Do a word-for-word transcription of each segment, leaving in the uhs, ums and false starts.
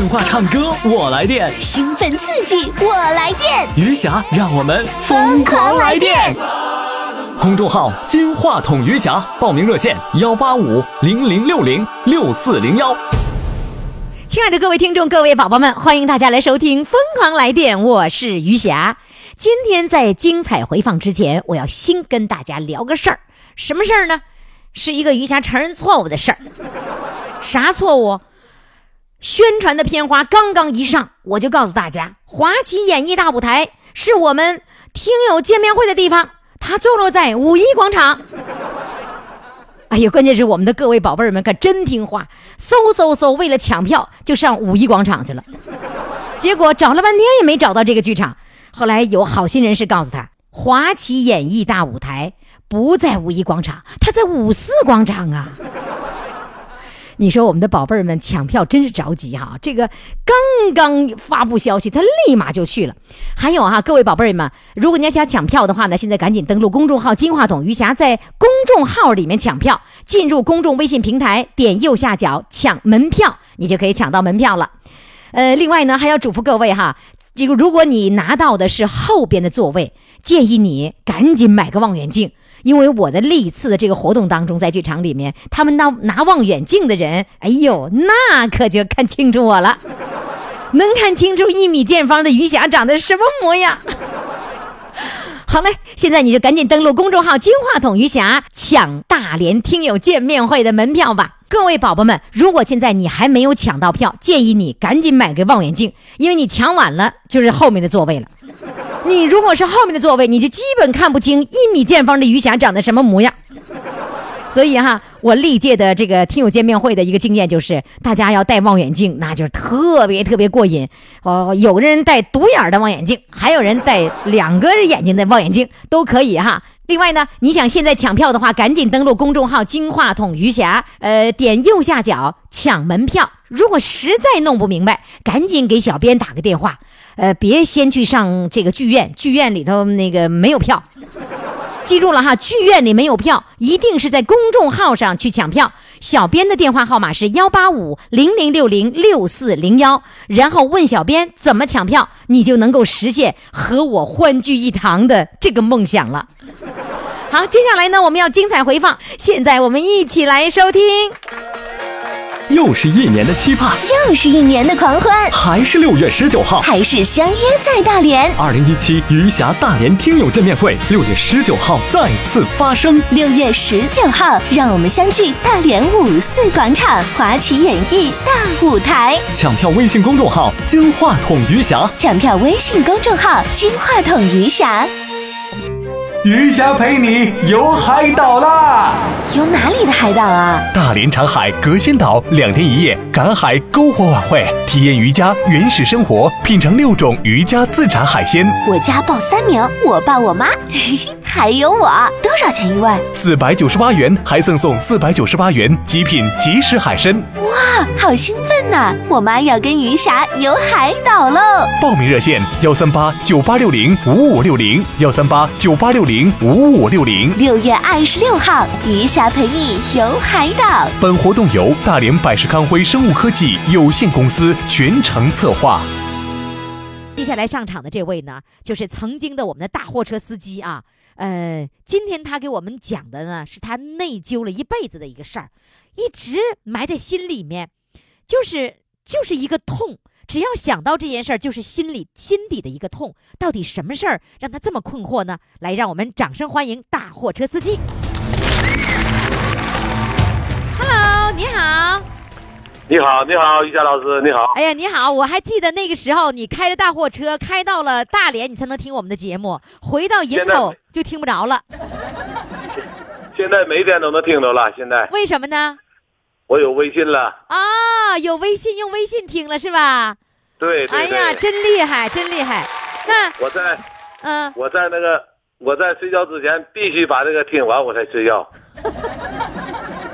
电话唱歌我来电， 兴奋刺激我来电， 余霞让我们疯狂来电。公众号金话筒余霞，报名热线幺八五零零六零六四零幺。 亲爱的各位听众，各位宝宝们，欢迎大家来收听疯狂来电，我是余霞。今天在精彩回放之前，我要先跟大家聊个事儿。什么事儿呢？是一个余霞承认错误的事儿。啥错误？宣传的片花刚刚一上，我就告诉大家，华旗演艺大舞台是我们听友见面会的地方，它坐落在五一广场。哎呀，关键是我们的各位宝贝儿们可真听话，嗖嗖嗖，为了抢票就上五一广场去了。结果找了半天也没找到这个剧场。后来有好心人士告诉他，华旗演艺大舞台不在五一广场，它在五四广场啊。你说我们的宝贝儿们抢票真是着急哈、啊！这个刚刚发布消息，他立马就去了。还有哈、啊，各位宝贝儿们，如果你要想抢票的话呢，现在赶紧登录公众号金话筒余霞，在公众号里面抢票，进入公众微信平台，点右下角抢门票，你就可以抢到门票了。呃，另外呢，还要嘱咐各位哈，这个如果你拿到的是后边的座位，建议你赶紧买个望远镜。因为我的历次的这个活动当中，在剧场里面，他们拿拿望远镜的人，哎呦，那可就看清楚我了，能看清楚一米见方的余霞长得什么模样。好嘞，现在你就赶紧登录公众号金话筒余霞，抢大连听友见面会的门票吧。各位宝宝们，如果现在你还没有抢到票，建议你赶紧买个望远镜，因为你抢晚了就是后面的座位了。你如果是后面的座位，你就基本看不清一米见方的余霞长得什么模样。所以哈，我历届的这个听友见面会的一个经验就是，大家要戴望远镜，那就是特别特别过瘾哦。有人戴独眼的望远镜，还有人戴两个眼睛的望远镜，都可以哈。另外呢，你想现在抢票的话，赶紧登录公众号金话筒余霞，呃，点右下角抢门票。如果实在弄不明白，赶紧给小编打个电话，呃，别先去上这个剧院，剧院里头那个没有票。记住了哈，剧院里没有票，一定是在公众号上去抢票。小编的电话号码是幺八五零零六零六四零幺，然后问小编怎么抢票，你就能够实现和我欢聚一堂的这个梦想了。好，接下来呢，我们要精彩回放，现在我们一起来收听。 又是一年的期盼， 又是一年的狂欢， 还是六月十九号， 还是相约在大连。 二零一七余霞大连听友见面会，六月十九号再次发生。 六月十九号，让我们相聚大连五四广场华旗演艺大舞台。 抢票微信公众号金话筒余霞， 抢票微信公众号金话筒余霞。 余霞陪你游海岛啦！ 游哪里的海岛啊？ 大连长海隔仙岛两天一夜赶海篝火晚会，体验渔家原始生活，品尝六种渔家自产海鲜。 我家报三名，我爸我妈，还有我。多少钱一位？ 四百九十八元，还赠送四百九十八元极品即食海参。 哇，好兴奋呐、啊！我妈要跟余霞游海岛喽！ 报名热线幺三八九八六零五五六零幺三八九八六零五五六零。 六月二十六号，余霞陪你游海岛。 本活动由大连百世康辉生物科技有限公司全程策划。 接下来上场的这位呢，就是曾经的我们的大货车司机啊。呃，今天他给我们讲的呢，是他内疚了一辈子的一个事儿，一直埋在心里面，就是就是一个痛。只要想到这件事儿，就是心里心底的一个痛。到底什么事儿让他这么困惑呢？来，让我们掌声欢迎大货车司机。Hello， 你好。 你好，你好，余霞老师，你好。 哎呀，你好！我还记得那个时候，你开着大货车开到了大连，你才能听我们的节目。回到营口就听不着了。 现在每天都能听着了。现在为什么呢？ 我有微信了啊，有微信，用微信听了是吧？ 对对对。 哎呀，真厉害，真厉害！那我在， 嗯， 我在那个我在睡觉之前必须把这个听完，我才睡觉。 那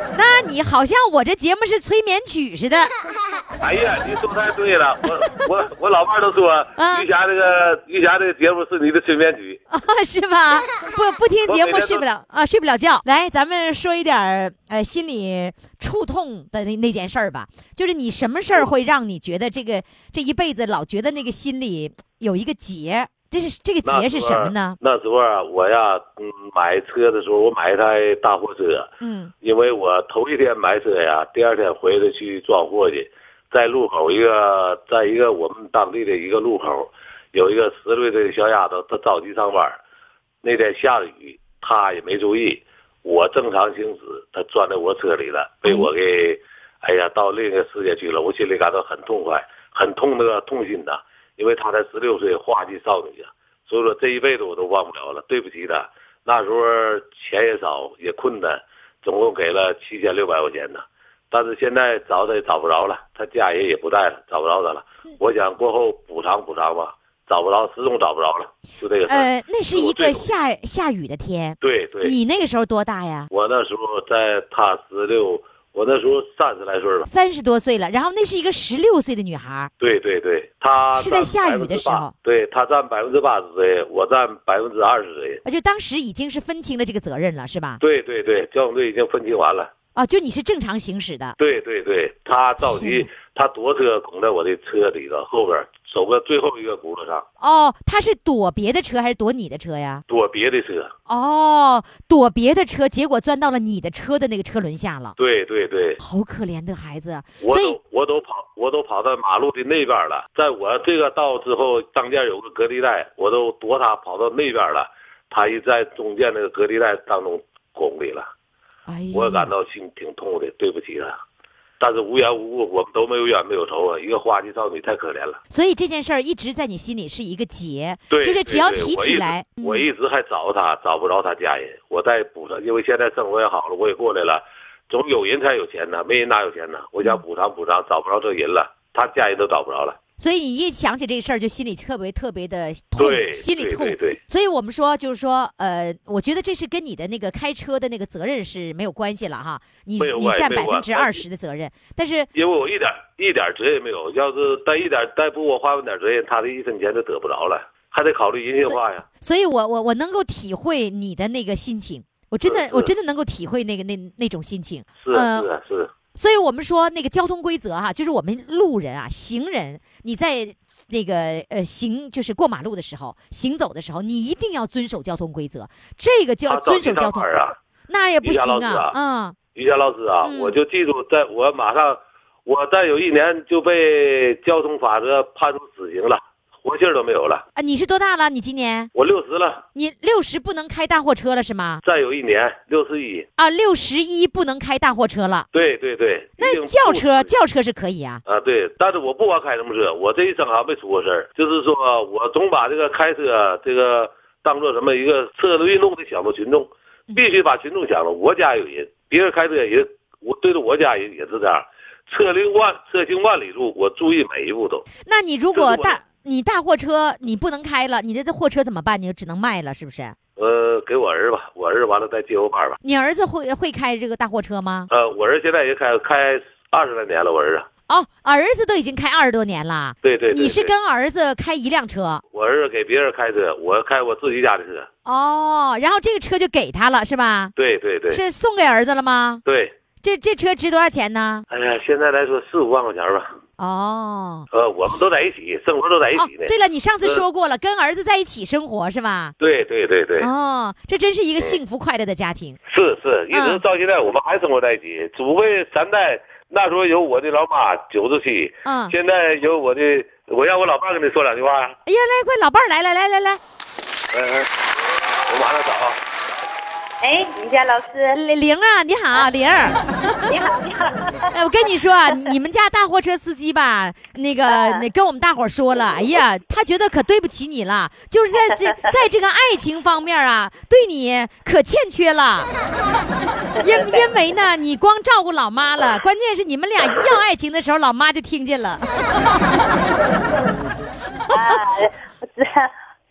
你好像我这节目是催眠曲似的。 哎呀，你说太对了，我我我老伴都说， 啊、 于霞这个于霞这个节目是你的催眠曲啊，是吧？不不听节目睡不了啊，睡不了觉。来，咱们说一点呃心里触痛的那那件事儿吧，就是你什么事儿会让你觉得这个这一辈子老觉得那个心里有一个结？这是这个结是什么呢？ 那时候啊，我呀，嗯，买车的时候，我买一台大货车，嗯，因为我头一天买车呀，第二天回来去装货去，在路口一个，在一个我们当地的一个路口，有一个十岁的小丫头，她着急上班，那天下着雨，她也没注意，我正常行驶，她钻在我车里了，被我给，哎呀，到另一个世界去了，我心里感到很痛快，很痛那个痛心呐。因为她才十六岁，花季少女啊，所以说这一辈子我都忘不了了。对不起她，那时候钱也少，也困难，总共给了七千六百块钱呢。但是现在找她也找不着了，她家人也不在了，找不着她了。我想过后补偿补偿吧，找不着，始终找不着了，就这个事儿。 呃，那是一个下下雨的天。 对对。 你那个时候多大呀？ 我那时候在她十六。我那时候三十来岁了， 三十多岁了。然后那是一个十六岁的女孩。 对对对，她是在下雨的时候。 对，她占百分之八十岁，我占百分之二十岁。 就当时已经是分清了这个责任了，是吧？ 对对对，交通队已经分清完了。 哦，就你是正常行驶的。 对对对，他着急，他躲车拱在我的车里头后边，走个最后一个轱辘上。 哦，他是躲别的车还是躲你的车呀？ 躲别的车。 哦，躲别的车，结果钻到了你的车的那个车轮下了。 对对对， 好可怜的孩子。 我都我都跑，我都跑到马路的那边了。在我这个道之后，当间有个隔离带，我都躲他跑到那边了。他一在中间那个隔离带当中拱里了。 哎、 我感到心挺痛的，对不起他，但是无缘无故，我们都没有冤没有仇啊！一个花季少女太可怜了， 所以这件事儿一直在你心里是一个结， 对， 就是只要提起来， 我一直、嗯、我一直还找他，找不着他家人，我再补偿，因为现在生活也好了，我也过来了，总有人才有钱呢，没人哪有钱呢？我想补偿补偿，找不着这人了，他家人都找不着了。 所以你一想起这个事儿，就心里特别特别的痛，心里痛。 对对对。 所以我们说，就是说，呃，我觉得这是跟你的那个开车的那个责任是没有关系了哈。你你占百分之二十的责任，但是因为我一点一点责任没有，要是带一点带不我花点责任，他的一分钱都得不着了，还得考虑人性化呀。 所以, 所以我我我能够体会你的那个心情，我真的我真的能够体会那个那那种心情。 是呃是是。 所以我们说那个交通规则哈、啊，就是我们路人啊、行人，你在那个呃行就是过马路的时候、行走的时候，你一定要遵守交通规则。这个叫遵守交通， 啊、 那也不行啊。 嗯，于霞老师啊，嗯、我就记住，在我马上，我再有一年就被交通法则判处死刑了。活气儿都没有了啊！你是多大了？你今年？ 我六十了。 你六十不能开大货车了是吗？ 再有一年，六十一啊，六十一不能开大货车了。 对对对， 那轿车轿车是可以啊。 啊，对，但是我不光开什么车，我这一生好像没出过事儿，就是说我总把这个开车这个当做什么一个车的运动的想着群众，必须把群众想着我家有人，别人开车也我对着我家人也是这样，车行万车行万里路，我注意每一步都。 那你如果大。你大货车你不能开了，你的货车怎么办？你就只能卖了，是不是？ 呃，给我儿子吧，我儿子完了再接我班吧。 你儿子会会开这个大货车吗？ 呃，我儿子现在也开开二十来年了，我儿子。 哦，儿子都已经开二十多年了。 对 对, 对, 对。 你是跟儿子开一辆车？ 我儿子给别人开车，我开我自己家的车。 哦，然后这个车就给他了，是吧？ 对对对。 是送给儿子了吗？ 对。 这这车值多少钱呢？ 哎呀，现在来说四五万块钱吧。 哦， 呃，我们都在一起，生活都在一起呢。 哦、对了，你上次说过了，呃、跟儿子在一起生活是吧？ 对对对对。 哦，这真是一个幸福快乐的家庭。 是是，一直到现在我们还生活在一起，嗯、祖辈三代，那时候有我的老妈九十七，嗯，现在有我的，我让我老伴跟你说两句话。哎呀， 来，快，老伴儿来来来来来， 嗯、呃，我马上找。 哎，于佳老师， 玲啊，你好，玲儿， 你好，你好。 哎，我跟你说啊，你们家大货车司机吧，那个那跟我们大伙说了，哎呀，他觉得可对不起你了，就是在这在这个爱情方面啊，对你可欠缺了。因因为呢，你光照顾老妈了，关键是你们俩一要爱情的时候，老妈就听见了。 啊，是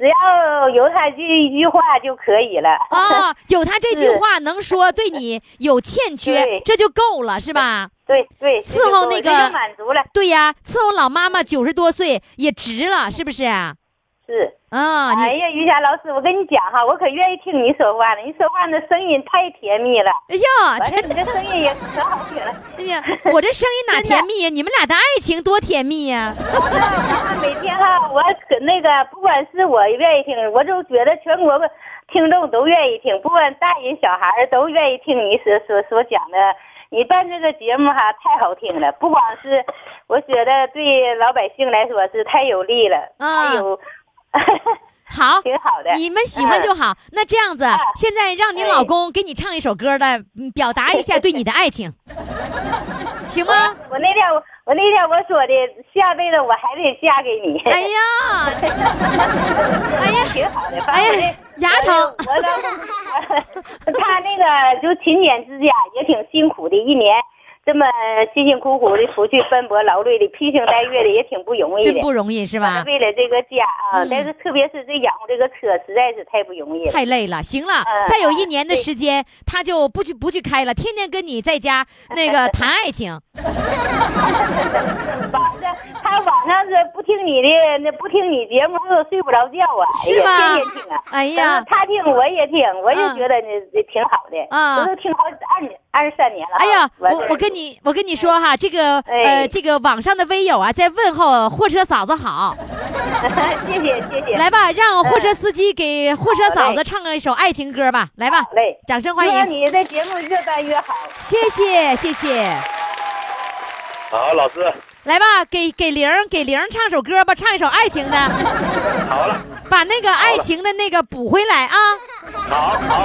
只要有他这一句话就可以了。 哦，有他这句话能说对你有欠缺，这就够了，是吧？ 对对， 伺候那个就满足了。 对呀，伺候老妈妈九十多岁也值了，是不是？ 是啊， 哎呀，于霞老师，我跟你讲哈，我可愿意听你说话了。你说话那声音太甜蜜了。 哎呀， 完了，你这声音也可好听了。 哎呀，我这声音哪甜蜜呀？你们俩的爱情多甜蜜呀！ 每天哈，我那个不管是我愿意听，我就觉得全国听众都愿意听，不管大人小孩都愿意听你所所所讲的。你办这个节目哈太好听了，不光是我觉得对老百姓来说是太有利了， 啊、 还有好， 挺好的。 你们喜欢就好。嗯、那这样子，啊、现在让你老公给你唱一首歌的，表达一下对你的爱情，行吗？ 我, 我那天我我那天我说的，下辈子我还得嫁给你。 哎呀， 哎呀，挺好的。 哎呀，牙疼。 我老公他那个就勤俭持家，也挺辛苦的，一年这么辛辛苦苦的出去奔波劳累的，披星戴月的，也挺不容易的。 真不容易是吧？ 为了这个家啊，嗯、但是特别是这养活这个车，实在是太不容易了， 太累了。行了，嗯、再有一年的时间，他就不去不去开了，天天跟你在家那个谈爱情。 晚上他晚上是不听你的，那不听你节目，他都睡不着觉啊， 是吧？ 天天听啊。 哎呀， 他听我也听，我就觉得那挺好的啊，我都听好二年二十三年了。 哎呀，我我跟你我跟你说哈，这个呃这个网上的微友啊，在问候货车嫂子好。 谢谢谢谢。 来吧，让货车司机给货车嫂子唱一首爱情歌吧，来吧， 来， 掌声欢迎。 你的节目越办越好。 谢谢谢谢。 好，老师。 来吧，给给玲给玲唱首歌吧，唱一首爱情的。 好了， 把那个爱情的那个补回来啊。 好好。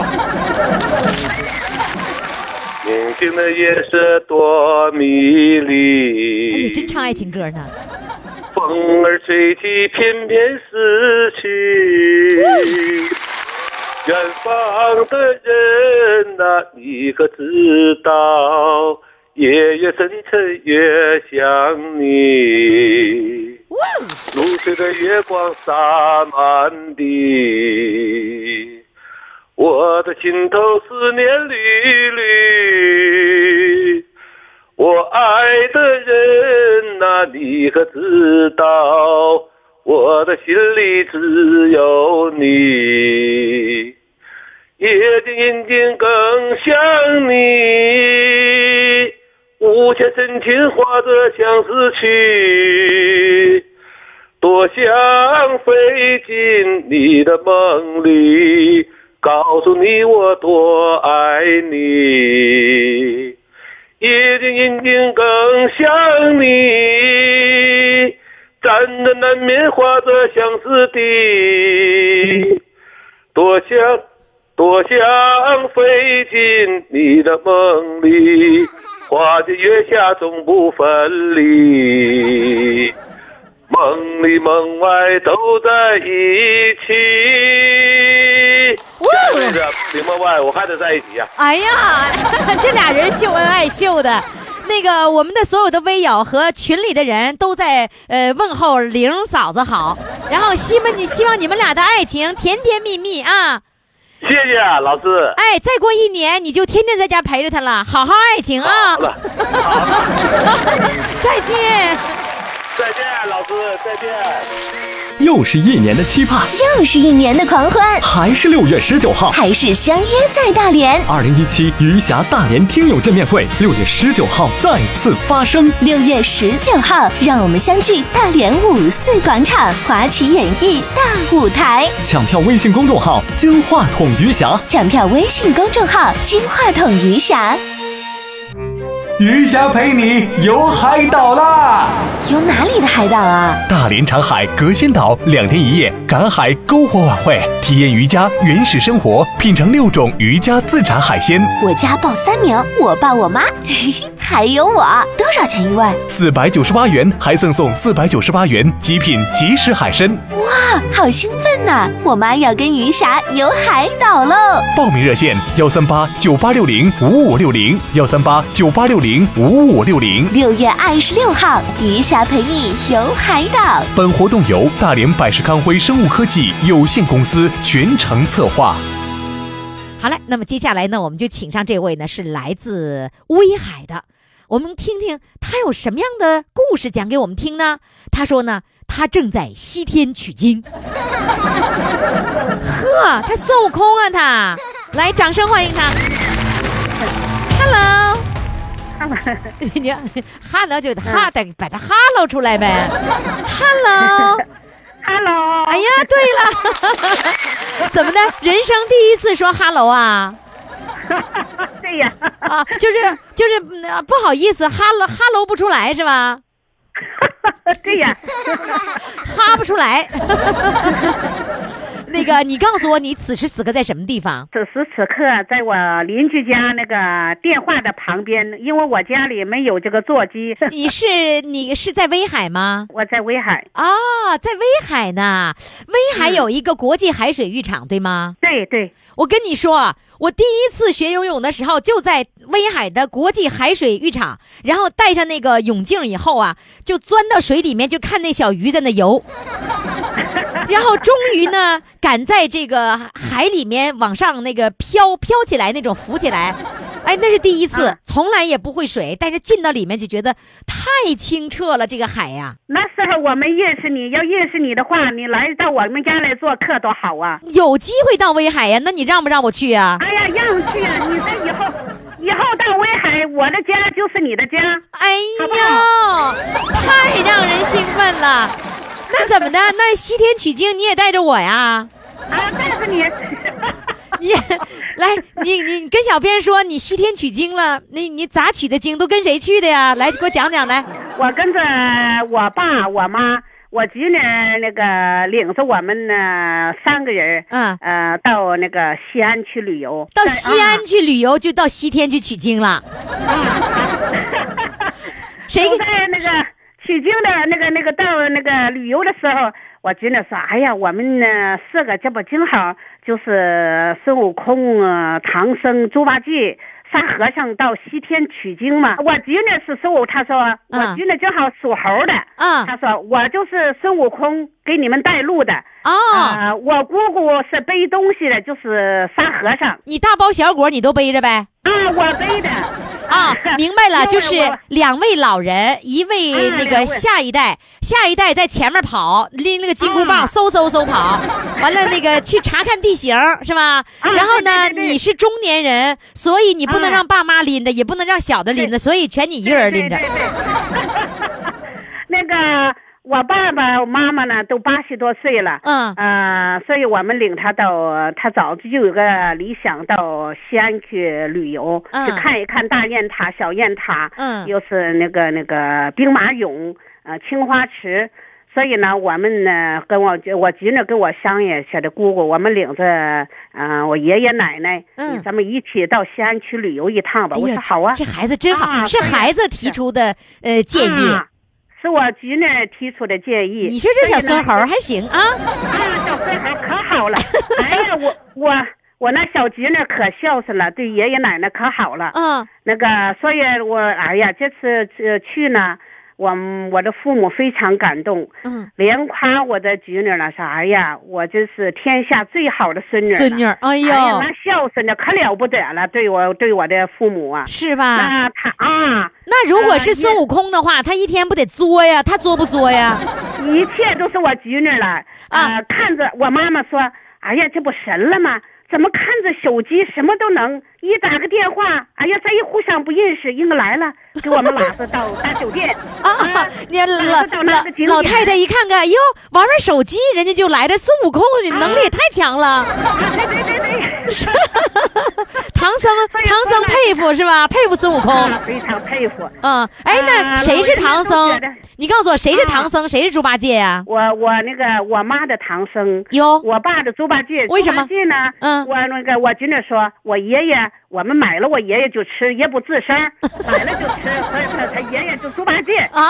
明净的夜色多迷离。 哎呀，真唱爱情歌呢。 风儿吹起，翩翩逝去。远方的人啊，你可知道？夜夜深沉越想你，露水的月光洒满地，我的心头思念缕缕，我爱的人啊，你可知道，我的心里只有你，夜静人静更想你，无限深情化作相思曲，多想飞进你的梦里，告诉你我多爱你，夜静人静更想你，站在南面化作相思地，多想多想飞进你的梦里，花前月下总不分离，梦里梦外都在一起。这个里梦外我还得在一起啊！ 哎呀，这俩人秀恩爱秀的。那个我们的所有的微友和群里的人都在呃问候玲嫂子好，然后希望你希望你们俩的爱情甜甜蜜蜜啊！ 谢谢啊，老师。 哎，再过一年你就天天在家陪着他了，好好爱情啊！ 好了，好了， 再见， 再见，老师，再见。 又是一年的期盼， 又是一年的狂欢， 还是六月十九号， 还是相约在大连。 二零一七余霞大连听友见面会，六月十九号再次发生。 六月十九号，让我们相聚大连五四广场华旗演艺大舞台。 抢票微信公众号金话筒余霞， 抢票微信公众号金话筒余霞。 余霞陪你游海岛啦！ 游哪里的海岛啊？ 大连长海隔仙岛两天一夜赶海篝火晚会，体验渔家原始生活，品尝六种渔家自产海鲜。 我家报三名，我爸我妈。 还有我。多少钱一位？ 四百九十八元，还赠送四百九十八元极品即食海参。 哇，好兴奋呐、啊！我妈要跟余霞游海岛喽！ 报名热线：幺三八九八六零五五六零，幺三八九八六零五五六零。 六月二十六号，余霞陪你游海岛。 本活动由大连百世康辉生物科技有限公司全程策划。 好了，那么接下来呢，我们就请上这位呢，是来自威海的，我们听听他有什么样的故事讲给我们听呢？他说呢，他正在西天取经。呵，他孙悟空啊他，来，掌声欢迎他。Hello， 你哈喽就哈的，把他哈喽出来呗。Hello。 Hello， 哎呀，对了，怎么的？人生第一次说 Hello 啊？ 对呀， 啊，就是就是、嗯、不好意思 ，Hello Hello 不出来是吧？ 对呀， 哈不出来。那个，你告诉我，你此时此刻在什么地方？ 此时此刻，在我邻居家那个电话的旁边，因为我家里没有这个座机。 你是你是在威海吗？ 我在威海。 哦，在威海呢。威海有一个国际海水浴场，对吗？ 对对。 我跟你说，我第一次学游泳的时候，就在威海的国际海水浴场，然后戴上那个泳镜以后啊，就钻到水里面，就看那小鱼在那游。然后终于呢，赶在这个海里面往上那个飘飘起来，那种浮起来，哎，那是第一次，从来也不会水，但是进到里面就觉得太清澈了，这个海呀、啊。 那时候我没认识你，要认识你的话，你来到我们家来做客多好啊！ 有机会到威海呀，那你让不让我去啊？ 哎呀，让去啊！你这以后以后到威海，我的家就是你的家。 哎呦，太让人兴奋了！那怎么的？那西天取经你也带着我呀？ 啊，带着你。 你来，你你跟小编说你西天取经了，你你咋取的经？都跟谁去的呀？来，给我讲讲来。 我跟着我爸、我妈、我侄女那个领着我们呢三个人， 嗯呃，到那个西安去旅游。 到西安去旅游，就到西天去取经了。谁在那个取经的那个那个到那个旅游的时候，我侄女说：“哎呀，我们呢四个这不正好就是孙悟空啊、唐僧、猪八戒。”沙和尚到西天取经嘛，我侄女是属，他说、嗯、我侄女正好属猴的， 嗯， 他说我就是孙悟空给你们带路的， 哦， 呃、我姑姑是背东西的，就是沙和尚， 你大包小裹你都背着呗？ 啊，我背的。 啊，明白了，就是两位老人，一位那个下一代，下一代在前面跑，拎那个金箍棒，嗖嗖嗖跑，完了那个去查看地形，是吧？然后呢，你是中年人，所以你不能让爸妈拎着，也不能让小的拎着，所以全你一个人拎着。 那个。我爸爸、我妈妈呢，都八十多岁了， 嗯， 呃，所以我们领他到，他早就有个理想，到西安去旅游，嗯，去看一看大雁塔、小雁塔，嗯，又是那个那个兵马俑，呃，青花池，所以呢，我们呢，跟我我侄女跟我乡爷写的姑姑，我们领着，嗯、呃，我爷爷奶奶，嗯，咱们一起到西安去旅游一趟吧。哎、我说好啊， 这孩子真好，啊、是孩子提出的呃建议。啊是我侄女提出的建议。 你说这小孙猴还行啊？ 啊，小孙猴可好了！哎呀，我我我那小侄女可孝顺了，对爷爷奶奶可好了。 嗯， 那个，所以我哎呀，这次呃去呢，我我的父母非常感动，嗯，连夸我的侄女了，说哎呀，我这是天下最好的孙女。 孙女，哎呦，哎呀， 那孝顺的可了不得了，对我对我的父母啊， 是吧？ 那他啊。 那如果是孙悟空的话，呃、他一天不得作呀？他作不作呀？ 一切都是我侄女了啊、呃！看着我妈妈说：“哎呀，这不神了吗？怎么看着手机什么都能？一打个电话，哎呀，咱一互相不认识，应该来了，给我们拉着到大酒店啊！啊你老老老太太一看看，哟，玩玩手机，人家就来了。孙悟空，你能力也太强了！ 啊、对对对对， 唐僧唐僧佩服是吧？佩服孙悟空， 啊、非常佩服。 嗯，哎，那谁是唐僧？啊、你告诉我谁是唐僧，啊、谁是猪八戒呀、啊？ 我我那个我妈的唐僧， 哟， 我爸的猪八戒。 为什么？ 猪八戒呢？嗯，我那个我经常说，我爷爷我们买了，我爷爷就吃，也不吱声，买了就吃，所以他他爷爷就猪八戒啊。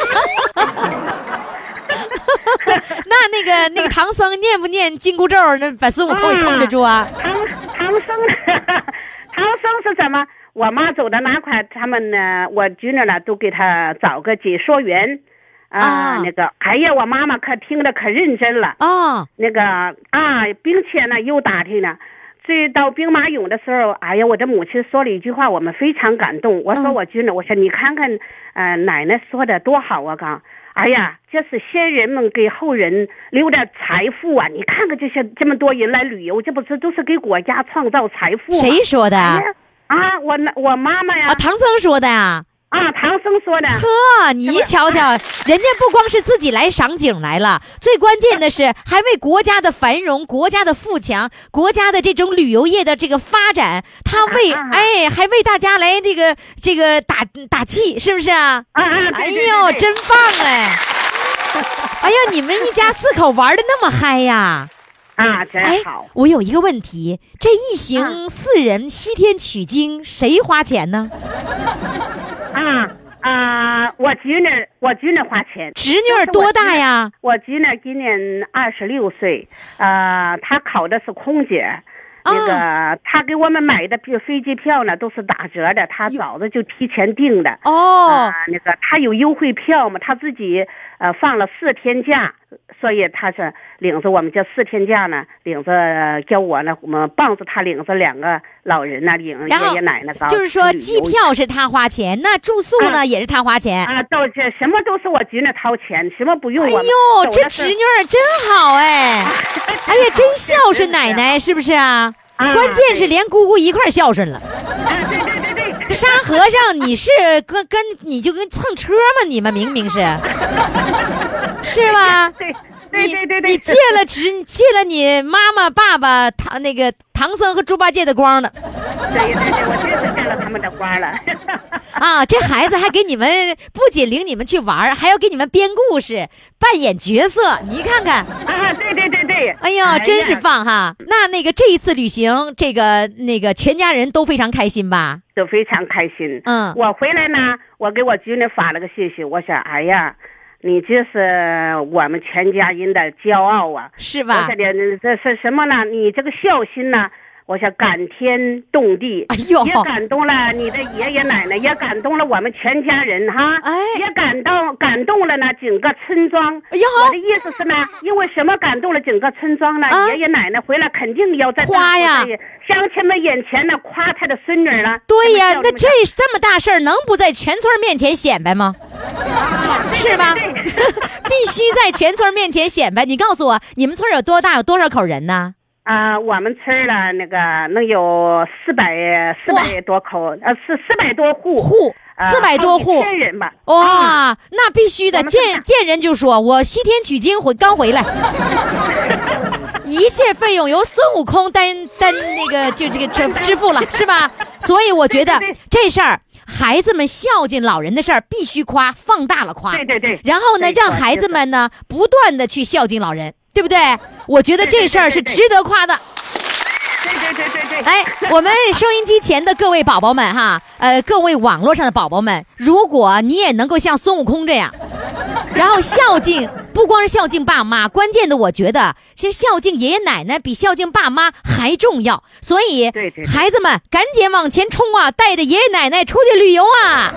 那那个那个唐僧念不念紧箍咒，那把孙悟空给控制住啊？ 唐唐僧，唐僧是什么？我妈走到哪块，他们呢，我侄女呢都给他找个解说员啊、呃。那个，哎呀，我妈妈可听得可认真了啊。那个啊，并且呢又打听呢。最到兵马俑的时候，哎呀，我的母亲说了一句话，我们非常感动。我说我侄女，我说你看看，呃，奶奶说的多好啊！刚。哎呀，这是先人们给后人留的财富啊！你看看这些这么多人来旅游，这不是都是给国家创造财富吗？ 谁说的？ 哎、啊，我我妈妈呀！ 啊，唐僧说的呀！ 啊，唐僧说的。 呵，你瞧瞧，人家不光是自己来赏景来了，最关键的是还为国家的繁荣、国家的富强、国家的这种旅游业的这个发展，他为、啊、哎还为大家来这个这个打打气，是不是啊？ 啊啊！ 哎呦，真棒哎！哎呀，你们一家四口玩的那么嗨呀！ 啊，真好！ 我有一个问题，这一行四人西天取经，谁花钱呢？ 啊啊！我侄女，我侄女花钱。 侄女多大呀？ 我侄女今年二十六岁，呃，她考的是空姐。那个，啊、她给我们买的飞机票呢，都是打折的，她早就就提前订的。 哦， 呃、那个她有优惠票嘛，她自己呃放了四天假，所以她是领着我们这四天假呢，领着、呃、叫我呢，我们帮着她领着两个老人呢，领爷爷奶奶。 就是说机票是她花钱，那住宿呢、啊、也是她花钱啊，都这什么都是我侄女掏钱，什么不用我。 哎呦，这侄女儿真好哎！哎呀，真孝顺奶奶，是不是啊？啊关键是连姑姑一块孝顺了。 啊，对对对对。 沙和尚，你是跟跟你就跟蹭车吗？你们明明是，是吧？ 对对对对对。 你借了侄借了你妈妈、爸爸、唐那个唐僧和猪八戒的光了。 对对对，我真是占了他们的光了。 啊，这孩子还给你们不仅领你们去玩，还要给你们编故事、扮演角色，你看看。 啊，对对对对。 哎呀，真是棒哈！那那个这一次旅行，这个那个全家人都非常开心吧？ 都非常开心。嗯，我回来呢，我给我侄女发了个信息，我说，哎呀。你这是我们全家人的骄傲啊， 是吧？ 我说的这是什么呢？你这个孝心呢，我想感天动地， 哎呦， 也感动了你的爷爷奶奶，也感动了我们全家人哈，哎，也感动感动了呢整个村庄。哎呦，我的意思是呢，因为什么感动了整个村庄呢？啊、爷爷奶奶回来肯定要在夸呀， 乡亲们眼前呢夸他的孙女了。 对呀，那这这么大事儿，能不在全村面前显摆吗？啊、是吧？必须在全村面前显摆。你告诉我，你们村有多大，有多少口人呢？ 啊、呃，我们村了那个能有四百四百多口，呃，是四百多户户，四百多户， 千人吧？ 哇，那必须的，见见人就说我西天取经回刚回来，一切费用由孙悟空担担那个就这个支支付了，是吧？所以我觉得这事儿。孩子们孝敬老人的事儿必须夸，放大了夸。 对对对。 然后呢，让孩子们呢不断的去孝敬老人，对不对？我觉得这事儿是值得夸的。 对对对对对。 哎，我们收音机前的各位宝宝们哈，呃，各位网络上的宝宝们，如果你也能够像孙悟空这样，然后孝敬，不光是孝敬爸妈，关键的我觉得，其实孝敬爷爷奶奶比孝敬爸妈还重要。所以， 对对对孩子们赶紧往前冲啊，带着爷爷奶奶出去旅游啊！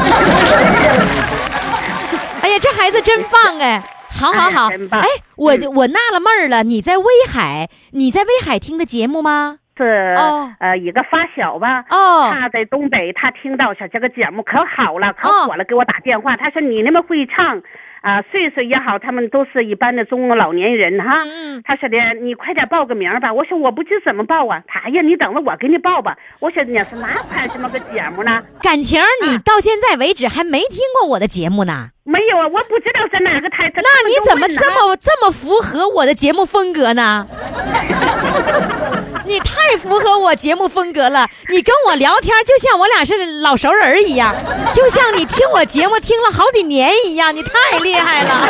哎呀，这孩子真棒哎！好好好，哎，哎我、嗯、我纳了闷儿了，你在威海，你在威海听的节目吗？ 是、哦、呃一个发小吧， 哦， 他在东北，他听到说这个节目可好了，可火了，哦、给我打电话，他说你那么会唱。啊，岁数也好，他们都是一般的中老年人哈。嗯，他说的，你快点报个名吧。我说我不知怎么报啊。他哎呀，你等着我给你报吧。我说你是哪块这么个节目呢？ 感情你到现在为止还没听过我的节目呢？ 没有啊，我不知道是哪个台。 那你怎么这么这么符合我的节目风格呢？ 你太符合我节目风格了，你跟我聊天就像我俩是老熟人一样，就像你听我节目听了好几年一样，你太厉害了。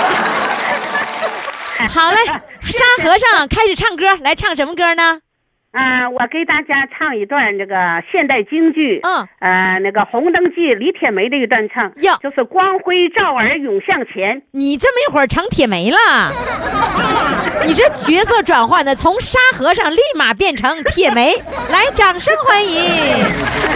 好嘞，沙和尚开始唱歌，来唱什么歌呢？ 嗯、呃，我给大家唱一段这个现代京剧， 嗯， 呃，那个《红灯记》李铁梅的一段唱， 哟， 就是光辉照儿涌向前。 你这么一会儿成铁梅了，你这角色转换的，从沙和尚立马变成铁梅，来，掌声欢迎。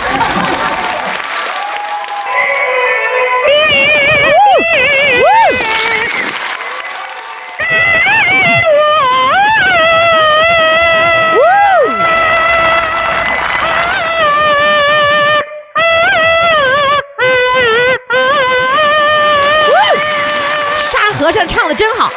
和尚唱的真好。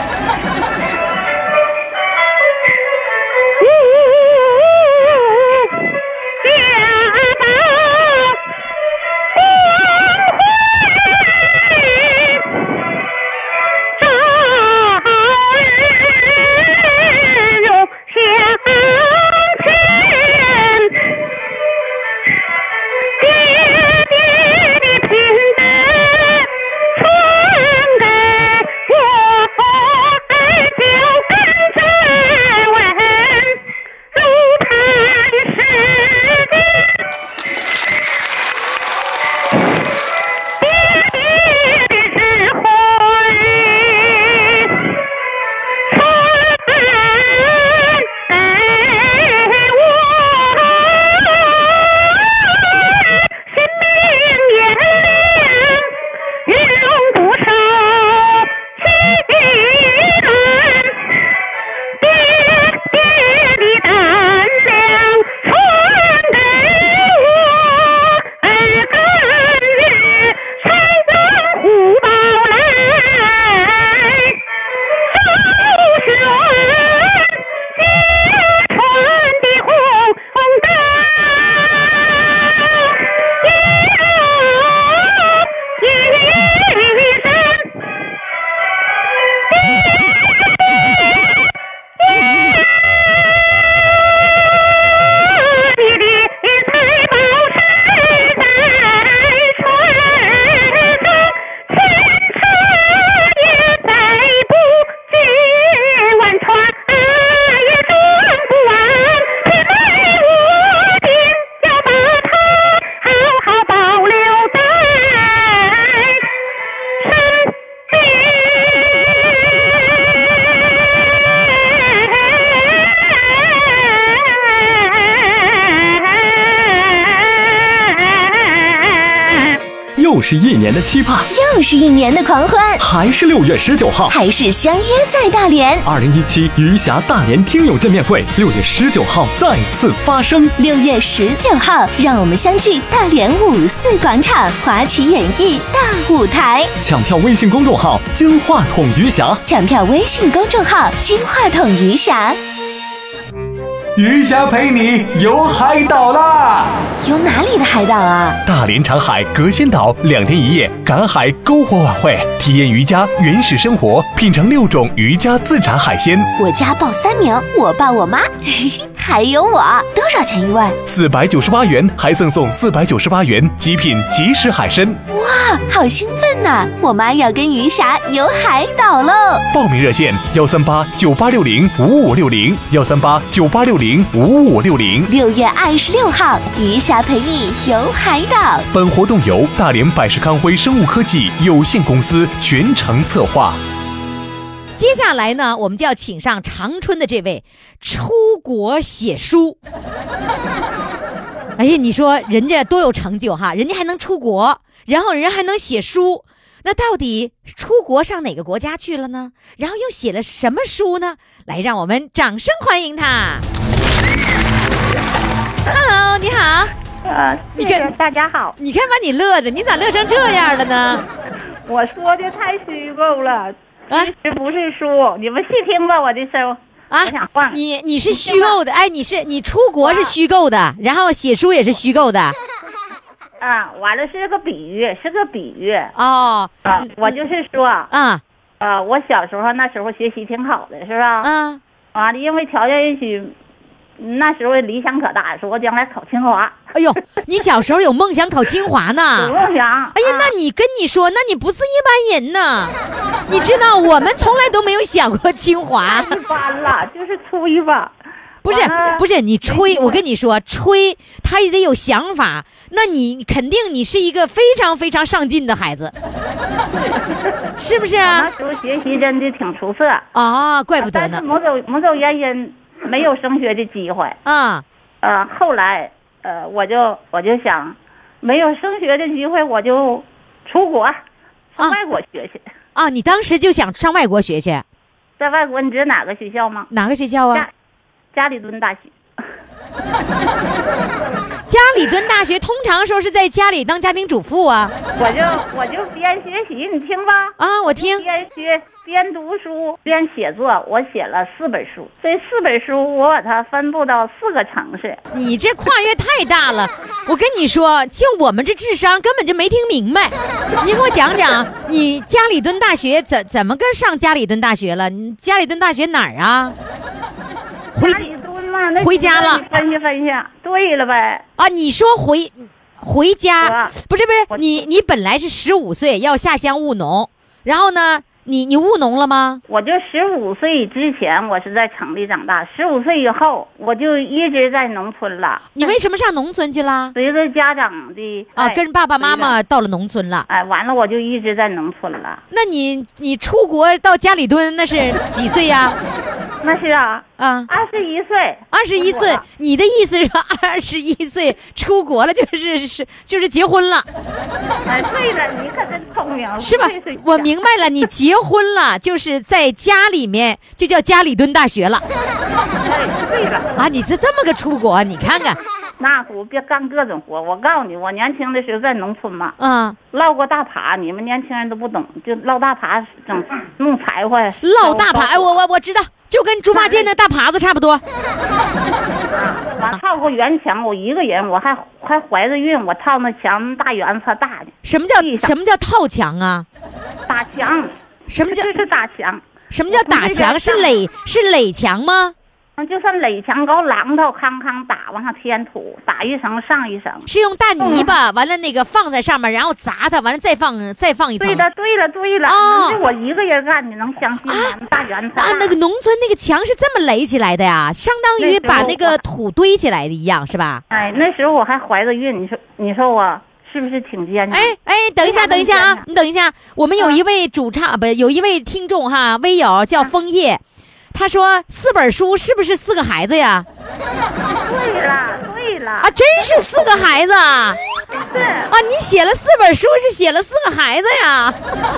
又是一年的期盼， 又是一年的狂欢， 还是六月十九号， 还是相约在大连。 二零一七余霞大连听友见面会，六月十九号再次发生。 六月十九号，让我们相聚大连五四广场华旗演艺大舞台。 抢票微信公众号金话筒余霞， 抢票微信公众号金话筒余霞。 余霞陪你游海岛啦！ 游哪里的海岛啊？ 大连长海隔仙岛两天一夜赶海篝火晚会，体验渔家原始生活，品尝六种渔家自产海鲜。 我家报三名，我爸我妈，嘿嘿，还有我。多少钱一位？ 四百九十八元，还赠送四百九十八元极品即食海参。 哇，好兴奋呐！我妈要跟余霞游海岛喽！ 报名热线：幺三八九八六零五五六零，幺三八九八六零五五六零。 六月二十六号，余霞陪你游海岛。 本活动由大连百世康辉生物科技有限公司全程策划。 接下来呢，我们就要请上长春的这位出国写书。哎呀，你说人家多有成就哈，人家还能出国，然后人还能写书。那到底出国上哪个国家去了呢？然后又写了什么书呢？来，让我们掌声欢迎他。Hello， 你好。 呃， 你看大家好。 你看把你乐的，你咋乐成这样了呢？ 我说的太虚构了， 啊， 其实不是书，你们细听吧，我的声啊，我想换。 你你是虚构的，哎，你是你出国是虚构的，然后写书也是虚构的。 啊，完了是个比喻，是个比喻哦。 啊，我就是说啊， 啊，我小时候那时候学习挺好的，是吧？ 啊， 完了因为条件允许， 那时候理想可大，说我将来考清华。 哎呦，你小时候有梦想考清华呢？ 有梦想。 哎呀，那你跟你说，那你不是一般人呢。你知道，我们从来都没有想过清华。 一般了，就是吹吧。 不是不是，你吹，我跟你说，吹他也得有想法。那你肯定你是一个非常非常上进的孩子，是不是啊？ 那时候学习真的挺出色啊，怪不得呢。 但是某种某种原因没有升学的机会啊。 呃，后来呃，我就我就想，没有升学的机会，我就出国上外国学去。 啊，你当时就想上外国学去？ 在外国，你知道哪个学校吗？ 哪个学校啊？ 加里敦大学。 加里敦大学通常说是在家里当家庭主妇啊。 我就我就边学习，你听吧。 啊，我听。 边学边读书边写作，我写了四本书。这四本书我把它分布到四个城市。 你这跨越太大了，我跟你说，就我们这智商根本就没听明白。你给我讲讲，你加里敦大学怎怎么个上加里敦大学了？你加里敦大学哪儿啊？回家回家了， 分析分析，对了呗？ 啊，你说回回家，不是不是，你你本来是十五岁要下乡务农，然后呢，你你务农了吗？ 我就十五岁之前我是在城里长大，十五岁以后我就一直在农村了。 你为什么上农村去了？ 随着家长的啊，跟爸爸妈妈到了农村了。 哎，完了我就一直在农村了。 那你你出国到加里敦那是几岁呀？ 那是啊， 啊， 二十一岁， 二十一岁，你的意思是二十一岁出国了，就是是就是结婚了？ 哎，对了，你可真聪明， 是吧？我明白了，你结婚了，就是在家里面就叫加里敦大学了。 哎，对了， 啊，你这这么个出国，你看看。 那我别干各种活，我告诉你，我年轻的时候在农村嘛， 嗯， 捞过大耙，你们年轻人都不懂，就捞大耙整弄柴火， 捞大耙，我我我知道，就跟猪八戒那大耙子差不多。 完套过圆墙，我一个人，我还还怀着孕，我套那墙大圆子大的。 什么叫什么叫套墙啊？ 打墙。 什么叫这是打墙？ 什么叫打墙？是垒是垒墙吗？ 嗯，就算垒墙高榔头康康打，往上添土，打一层上一层。 是用大泥巴，完了那个放在上面，然后砸它，完了再放再放一层。 对的，对了，对了。哦，是我一个人干，你能相信吗？啊、大圆子。 啊，那个农村那个墙是这么垒起来的呀，相当于把那个土堆起来的一样，是吧？ 哎，那时候我还怀着孕，你说你说我是不是挺艰难？ 哎哎，等一下，等一下啊，你等一下，我们有一位主唱、啊、不，有一位听众哈，微友叫枫叶。他说四本书是不是四个孩子呀？ 对了对了啊，真是四个孩子啊！ 是啊，你写了四本书是写了四个孩子呀？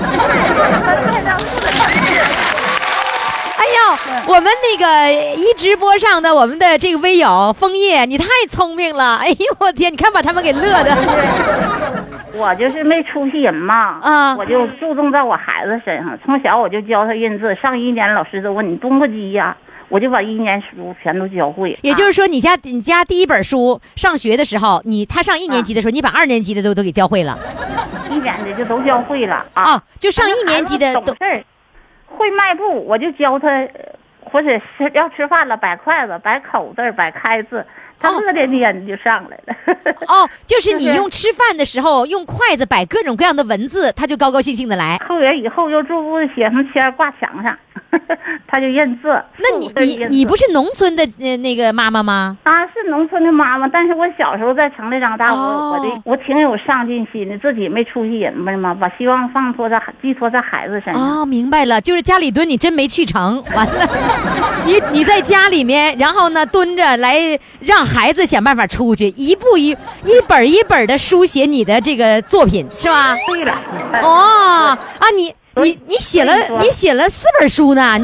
哎呦，我们那个一直播上的我们的这个微友枫叶，你太聪明了！哎呦我天，你看把他们给乐的。 我就是没出息人嘛，啊，我就注重在我孩子身上，从小我就教他认字，上一年老师都问你读过几呀，我就把一年书全都教会。 也就是说，你家你家第一本书上学的时候，你他上一年级的时候，啊、你把二年级的都都给教会了， 一年的就都教会了啊， 啊就上一年级的懂事儿，会迈步，我就教他，或者是要吃饭了，摆筷子，摆口字，摆开字。他乐颠颠就上来了。 哦，就是你用吃饭的时候用筷子摆各种各样的文字，他就高高兴兴的来。 后园以后又逐步写上签挂墙上，他就认字。 那你你你不是农村的呃那个妈妈吗？ 啊，是农村的妈妈，但是我小时候在城里长大，哦、我我的我挺有上进心的，自己没出息人嘛，把希望放托在寄托在孩子身上。 哦，明白了，就是家里蹲你真没去成，完了，你你在家里面，然后呢蹲着来让孩子想办法出去，一步一一本一本的书写你的这个作品，是吧？ 对了。 哦啊，你你你写了你写了四本书呢。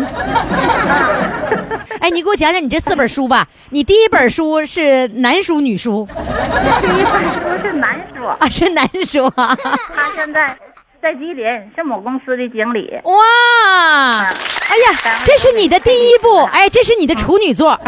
哎，你给我讲讲你这四本书吧。你第一本书是男书女书？ 第一本书是男书啊，是男书啊。 他现在在吉林是某公司的经理。 哇，哎呀，这是你的第一部，哎，这是你的处女作，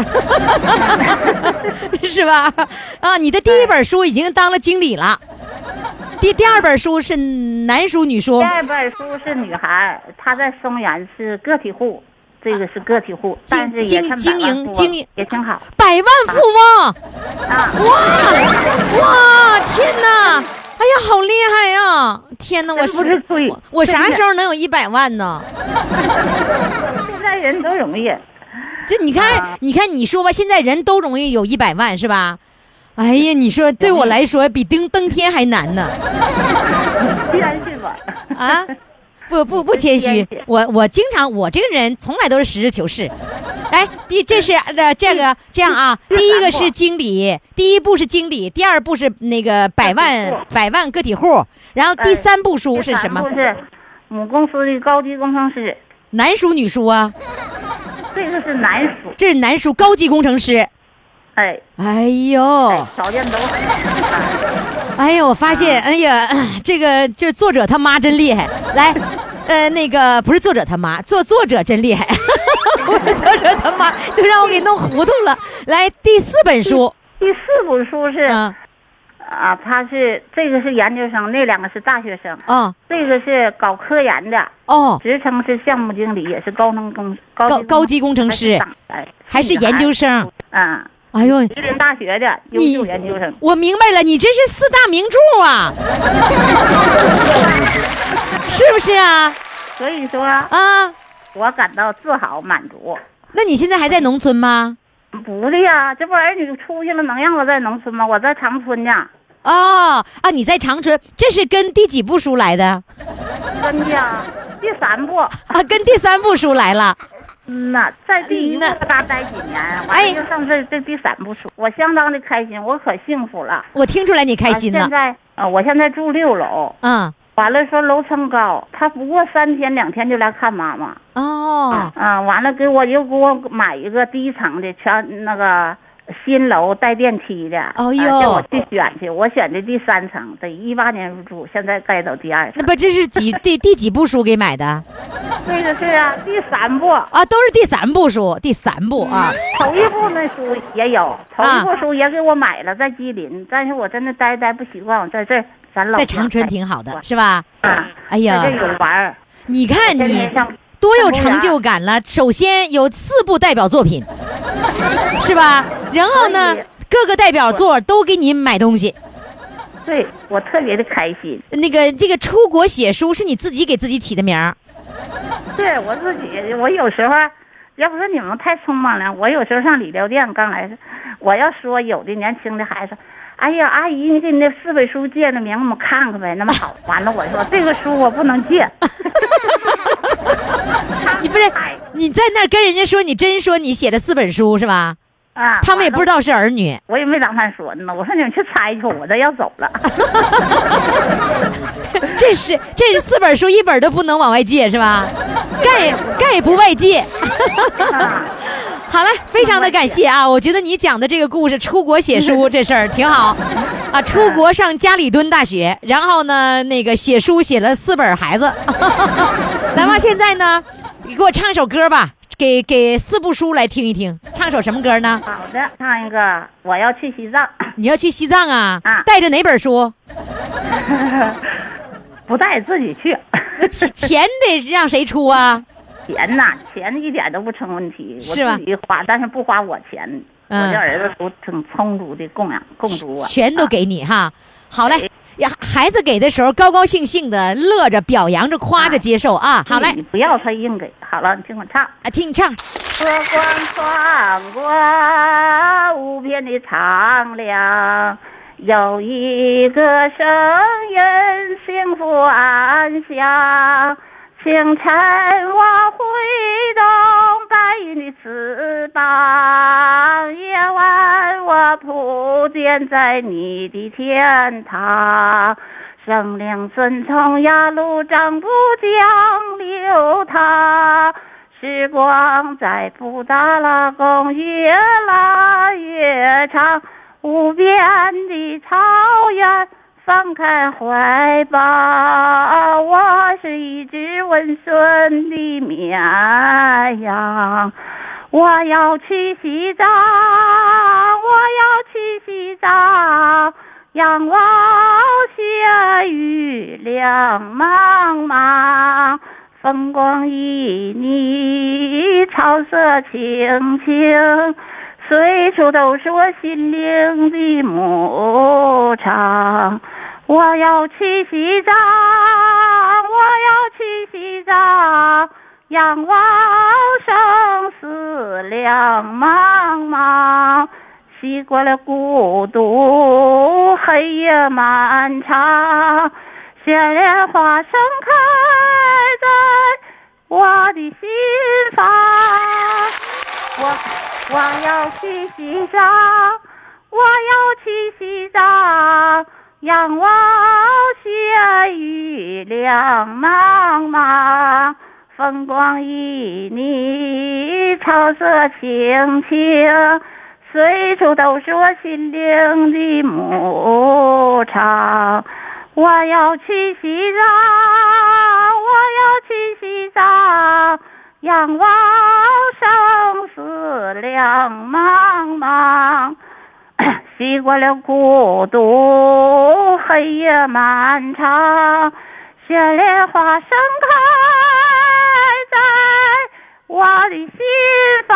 是吧？啊，你的第一本书已经当了经理了。第第二本书是男书女书？ 第二本书是女孩，她在松原是个体户， 这个是个体户，但是也经经营经营也挺好， 百万富翁啊！哇哇，天哪！哎呀，好厉害呀！天哪，我不是亏， 我我啥时候能有一百万呢？ 现在人都容易。 这你看，啊、你看，你说吧，现在人都容易有一百万，是吧？哎呀，你说对我来说比登登天还难呢。 谦虚吧？ 啊，不不不谦虚，我我经常我这个人从来都是实事求是。来，第这是的这个这样啊，第一个是经理，第一步是经理，第二步是那个百万百万个体户，然后第三步书是什么？ 是母公司的高级工程师。 男书女书啊？ 这个是男书， 这是男书高级工程师。 哎， 哎呦， 条件都很。 哎呀，我发现，哎呀，这个就是作者他妈真厉害。来，呃，那个不是作者他妈，做作者真厉害。不是作者他妈，都让我给弄糊涂了。来，第四本书， 第四本书是。嗯啊，他是这个是研究生，那两个是大学生。 哦， 这个是搞科研的。 哦， 职称是项目经理，也是高能工高高高级工程师， 还是, 还是研究生。 嗯， 哎呦， 吉林大学的优秀研究生。 我明白了，你这是四大名著啊，是不是啊？ 所以说啊，我感到自豪满足。 那你现在还在农村吗？ 不的呀，这不儿女出去了，能让我在农村吗？我在长春呢。 哦啊，你在长春，这是跟第几部书来的？ 跟的呀，第三部啊，跟第三部书来了。 嗯呐，在第一部大待几年，完了就上这这第三部书，我相当的开心，我可幸福了。 我听出来你开心了。 啊、现在啊，我现在住六楼。 嗯。 完了说楼层高，他不过三天两天就来看妈妈。 哦， 啊，完了给我又给我买一个第一层的，全那个新楼带电梯的。 哦呦， 叫、啊、我去选去，我选的第三层，得一八年入住，现在盖到第二层。 那不这是几第第几部书给买的？ 这个是啊，第三部啊，都是第三部书，第三部啊。 头一部那书也有，头一部书也给我买了，在吉林，但是我真的待待不习惯，我在这儿。 在长春挺好的，是吧？ 啊， 哎呀， 在这有玩儿。 你看你多有成就感了！首先有四部代表作品，是吧？然后呢，各个代表作都给你买东西。 对，我特别的开心。 那个这个出国写书是你自己给自己起的名儿？ 对，我自己。我有时候要不说你们太匆忙了，我有时候上理疗店刚来，我要说有的年轻的孩子。哎呀，阿姨，你给你那四本书借了名，我们看看呗。那么好，完了，我说这个书我不能借。 你不是你在那跟人家说，你真说你写了四本书是吧？ 啊， 他们也不知道是儿女。 我也没打算说呢，我说你们去猜去，我这要走了。 这是这是四本书，一本都不能往外借是吧？概概不外借。好了，非常的感谢啊！我觉得你讲的这个故事，出国写书这事儿挺好啊。出国上加里敦大学，然后呢，那个写书写了四本孩子。来吧，现在呢，你给我唱一首歌吧，给给四部书来听一听。唱首什么歌呢？ 好的，唱一个我要去西藏。 你要去西藏啊？ 啊， 带着哪本书？ 不带自己去。 那钱钱得让谁出啊？ 钱呐，钱一点都不成问题， 是吧？ 我自己花，但是不花我钱， 嗯、 我这儿子都挺充足的供养供足啊， 全都给你哈。好嘞，呀，孩子给的时候高高兴兴的，乐着表扬着夸着接受啊。好嘞， 你不要他硬给。好了，你听我唱啊，听你唱。 波光穿过无边的苍凉，有一个声音幸福安详。清晨我挥动白云的翅膀，夜晚我铺垫在你的天堂。生灵遵从呀，路障不将流淌。时光在布达拉宫越来越长，无边的草原放开怀抱，我是一只温顺的绵羊，我要去西藏，我要去西藏，仰望雪域两茫茫， 风光旖旎，草色青青，随处都是我心灵的牧场。我要去西藏，我要去西藏，仰望生死两茫茫。习过了孤独，黑夜漫长，鲜莲花盛开在我的心房。我我要去西藏，我要去西藏，仰望雪域两茫茫。风光旖旎，草色青青，随处都是我心灵的牧场。我要去西藏，我要去西藏，仰望生死两茫茫。习过了孤独，黑夜漫长，鲜莲花盛开在我的心房。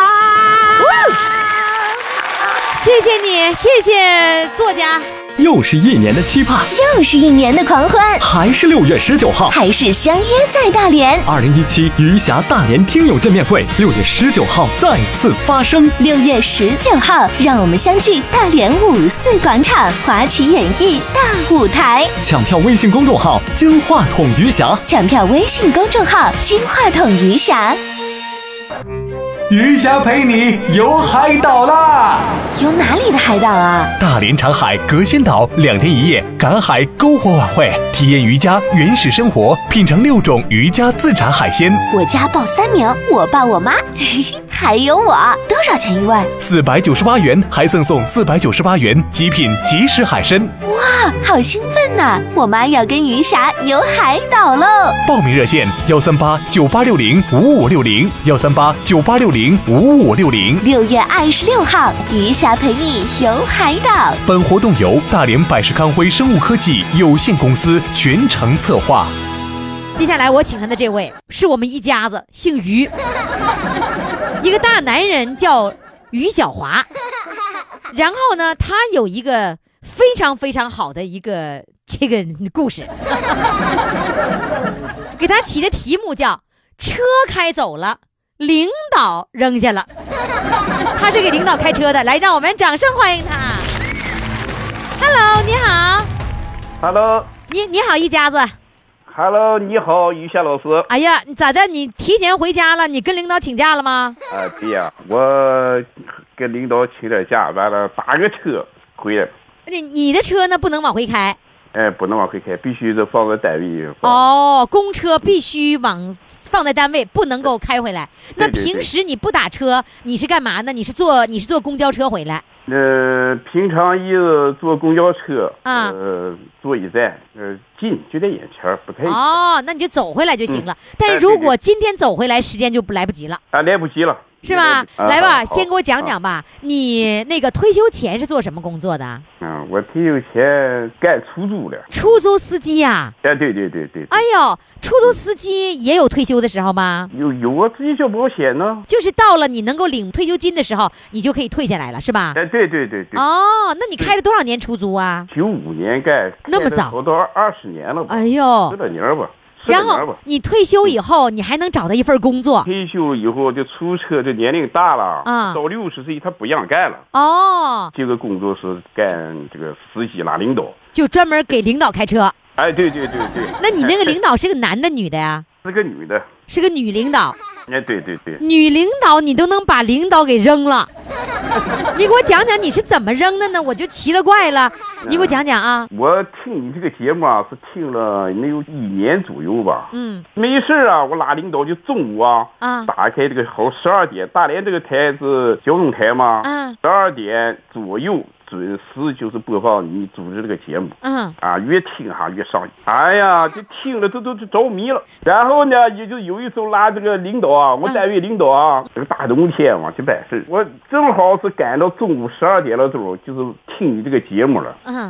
谢谢你，谢谢作家。 又是一年的期盼， 又是一年的狂欢， 还是六月十九号， 还是相约在大连。 二零一七余霞大连听友见面会，六月十九号再次发生。 六月十九号，让我们相聚大连五四广场华旗演艺大舞台。 抢票微信公众号金话筒余霞， 抢票微信公众号金话筒余霞。 余霞陪你游海岛啦！ 游哪里的海岛啊？ 大连长海隔仙岛两天一夜赶海篝火晚会，体验渔家原始生活，品尝六种渔家自产海鲜。 我家报三名，我爸我妈，嘿嘿，还有我。多少钱一位？ 四百九十八元，还赠送四百九十八元极品即食海参。 哇，好兴奋呐、啊！我妈要跟余霞游海岛喽！ 报名热线：幺三八九八六零五五六零，幺三八九八六零五五六零。 六月二十六号，余霞陪你游海岛。 本活动由大连百世康辉生物科技有限公司全程策划。 接下来我请上的这位是我们一家子，姓于，一个大男人叫于小华。然后呢，他有一个非常非常好的一个这个故事，给他起的题目叫车开走了，领导扔下了。他是给领导开车的，来，让我们掌声欢迎他。Hello， 你好。 Hello， 你你好，一家子。 Hello， 你好，于霞老师。 哎呀，咋的？你提前回家了？你跟领导请假了吗？ 啊、呃，对呀，我跟领导请点假，完了打个车回来。 你你的车呢？不能往回开。 哎，不能往回开，必须得放在单位。 哦，公车必须往放在单位，不能够开回来。 对对对， 那平时你不打车，你是干嘛呢？你是坐你是坐公交车回来？ 呃，平常一坐公交车， 啊、 呃，坐一站，呃，近就在眼前，不太。 哦，那你就走回来就行了。 嗯、 但是如果今天走回来，时间就不来不及了。 啊，来不及了。 是吧？ 啊、 来吧， 啊、 先给我讲讲吧。你那个退休前是做什么工作的？ 嗯，我退休前干出租的。 出租司机呀、 啊？哎，对对对对。 哎呦，出租司机也有退休的时候吗？ 有有啊，自己交保险呢。 就是到了你能够领退休金的时候，你就可以退下来了，是吧？ 哎，对对对对。 哦，那你开了多少年出租啊？ 九五年干， 那么早， 我都二十年了吧？ 哎呦， 十来年吧。 然后你退休以后，你还能找到一份工作。 退休以后，这出车这年龄大了， 啊、嗯， 到六十岁他不让干了。 哦， 这个工作是干这个司机拉领导， 就专门给领导开车。 哎，对对对对。 那你那个领导是个男的女的呀？ 是个女的。 是个女领导。 哎，对对对。 女领导你都能把领导给扔了，你给我讲讲你是怎么扔的呢？我就奇了怪了，你给我讲讲啊。 嗯、我听你这个节目啊，是听了能有一年左右吧。 嗯。 没事啊，我拉领导就中午啊， 啊， 打开这个好十二点，大连这个台是交通台嘛， 嗯， 十二点左右。准时就是播放你组织这个节目， 嗯啊，越听哈越上瘾，哎呀，这听了这都着迷了。然后呢，也就有一次拉这个领导啊，我单位领导啊，嗯、这个大冬天嘛去办事，我正好是赶到中午十二点了之后，就是听你这个节目了， 嗯，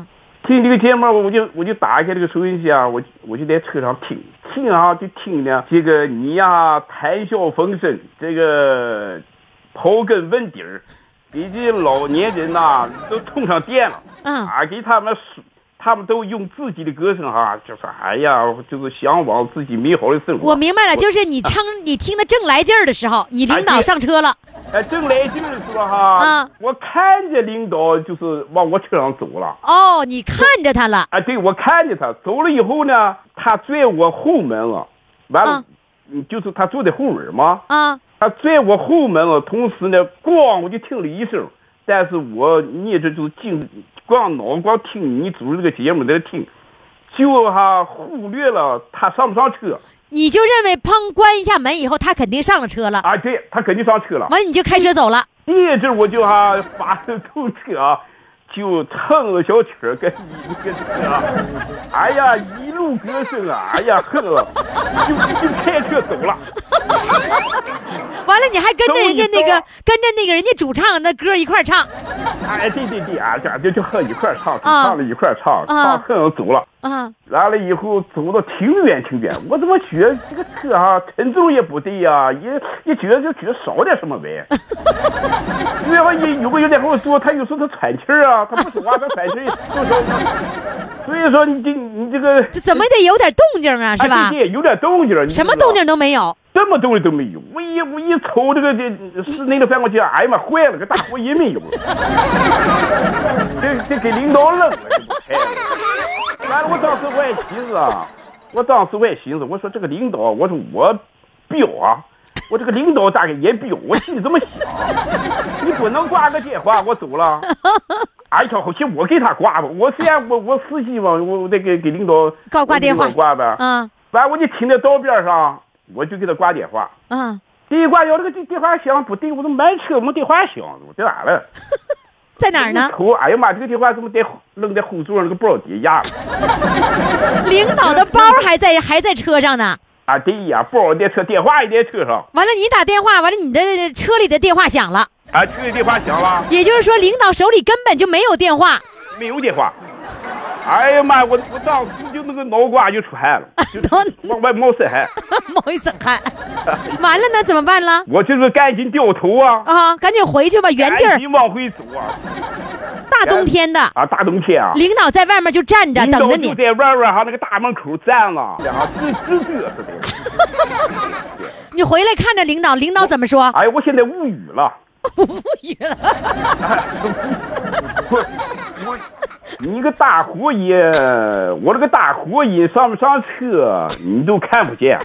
听这个节目，我就我就打开这个收音机啊，我我就在车上听听啊，就听呢这个你呀谈笑风生，这个刨根问底儿，给这老年人呐、啊、都充上电了， 嗯啊，给他们他们都用自己的歌声哈、啊，就是哎呀，就是向往自己美好的生活。 我明白了，就是你唱、啊、你听得正来劲儿的时候，你领导上车了。 哎，正来劲儿的时候哈， 嗯， 我看着领导就是往我车上走了。 哦，你看着他了？ 啊，对，我看着他走了以后呢，他拽我后门了，完了，嗯，就是他坐在后门嘛， 啊， 他拽我后门了，同时呢，咣我就听了一声，但是我你这就是净光脑光听你组织这个节目在听，就哈忽略了他上不上车。 你就认为砰关一下门以后，他肯定上了车了啊？对，他肯定上车了。 完，你就开车走了。 第一阵我就哈发动车啊，就蹭了小曲跟一个车，哎呀，一路歌声啊，哎呀，恨了，就就开车走了。 完了，你还跟着人家那个跟着那个人家主唱那歌一块唱。 哎，对对对啊，这就就和一块唱，唱了一块唱，唱恨走了。 啊， 完了以后走到挺远挺远，我怎么觉得这个车啊沉重也不对呀、啊，也也觉得就觉得少点什么呗。因为我有有个人在跟我说，他有时候他喘气儿啊，他不说话他喘气儿，就说，所以说你这你这个怎么得有点动静啊，是吧？ 对对，有点动静。 什么动静都没有， 什么东西都没有。我一我一瞅这个这室内的反光镜，哎呀妈，坏了，个大火也没有。这这给领导扔了，这不开了。完了，我当时我也寻思啊，我当时我也寻思，我说这个领导，我说我彪啊，我这个领导大概也彪，我心里这么想，你不能挂个电话，我走了。哎呀，好像我给他挂吧，我虽然我我实际嘛，我我得给给领导挂挂电话挂呗。 嗯。 完，我就停在道边上，我就给他挂电话。 嗯。 第一挂要这个电话响不对，我都满车没电话响，我在哪了？ 在哪儿呢？ 头，哎呀妈，这个电话怎么在扔在后座上那个包底压了？ 领导的包还在还在车上呢。 啊，对呀，包在车，电话也在车上。 完了，你打电话，完了你的车里的电话响了。 啊，车里电话响了。 也就是说，领导手里根本就没有电话。 没有电话。哎呀妈，我我当时就那个脑瓜就出汗了，就往外冒身汗， 冒一身汗。完了呢，怎么办了？ 我就是赶紧掉头啊！ 啊，赶紧回去吧，原地儿。 赶紧往回走啊！ 大冬天的啊，大冬天啊！ 领导在外面就站着等着你。 就在外边哈那个大门口站了，啊，直直嘚瑟的。 你回来看着领导，领导怎么说？ 哎呀，我现在无语了。 无语了。 我我。你个大火影，我这个大火影上不上车你都看不见。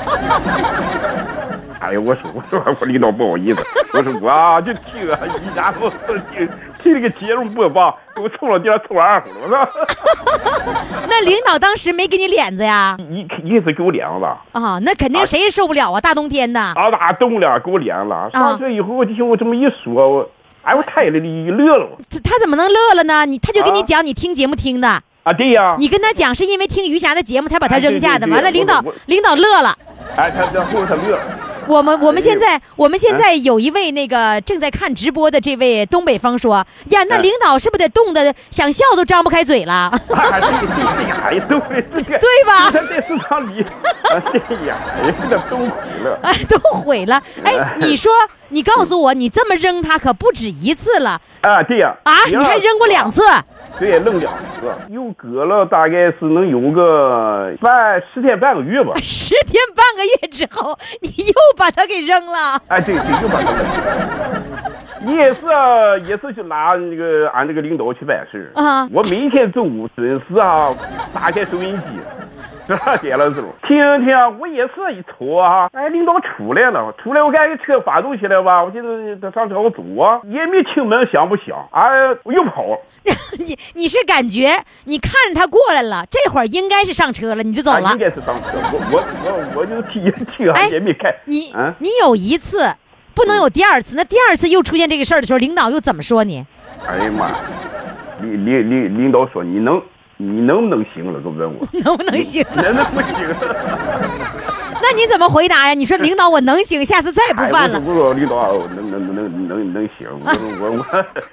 哎呀，我说我说我领导不好意思，我说我啊就听啊，一家伙听听这个节目播放，给我凑了点凑二胡了。 那领导当时没给你脸子呀？ 一一直给我脸子啊，那肯定谁也受不了啊！大冬天的啊，大冬了给我脸了。上车以后，我就听我这么一说，我。哎，我太乐乐了， 他他怎么能乐了呢？你他就跟你讲，你听节目听的啊，对呀。 你跟他讲是因为听余霞的节目才把他扔下的，完了领导领导乐了。 哎，他这后他乐。 我们我们现在我们现在有一位那个正在看直播的这位东北风说呀，那领导是不是得冻得想笑都张不开嘴了？ 啊，对对呀，哎，都会这个， 对吧？ 他在市场里，哎呀，哎，这都毁了， 哎，都毁了。哎，你说，你告诉我，你这么扔他可不止一次了啊？对呀。 啊，你还扔过两次？ 对，扔两次，又隔了大概是能有个半十天半个月吧。 十天半个月之后，你又把它给扔了。 哎，对对，又把它扔了。也是也是去拿那个俺这个领导去办事啊。我每天中午准时啊打开收音机，十二点了时候听听，我也是一瞅啊，哎，领导出来了，出来我赶紧车发动起来吧，我现在他上车我走啊，也没听门响不响，哎，我又跑。 你你是感觉你看着他过来了，这会儿应该是上车了，你就走了。 啊、应该是上车，我我我我就听听啊，也没开。 你、啊、你有一次。不能有第二次，那第二次又出现这个事儿的时候，领导又怎么说你？ 哎呀妈，领领领领导说你能你能不能行了？都问我能不能行？ 能不行？ 那你怎么回答呀？你说领导我能行，下次再也不犯了。 哎、我说领导能能能能能能行，我我我。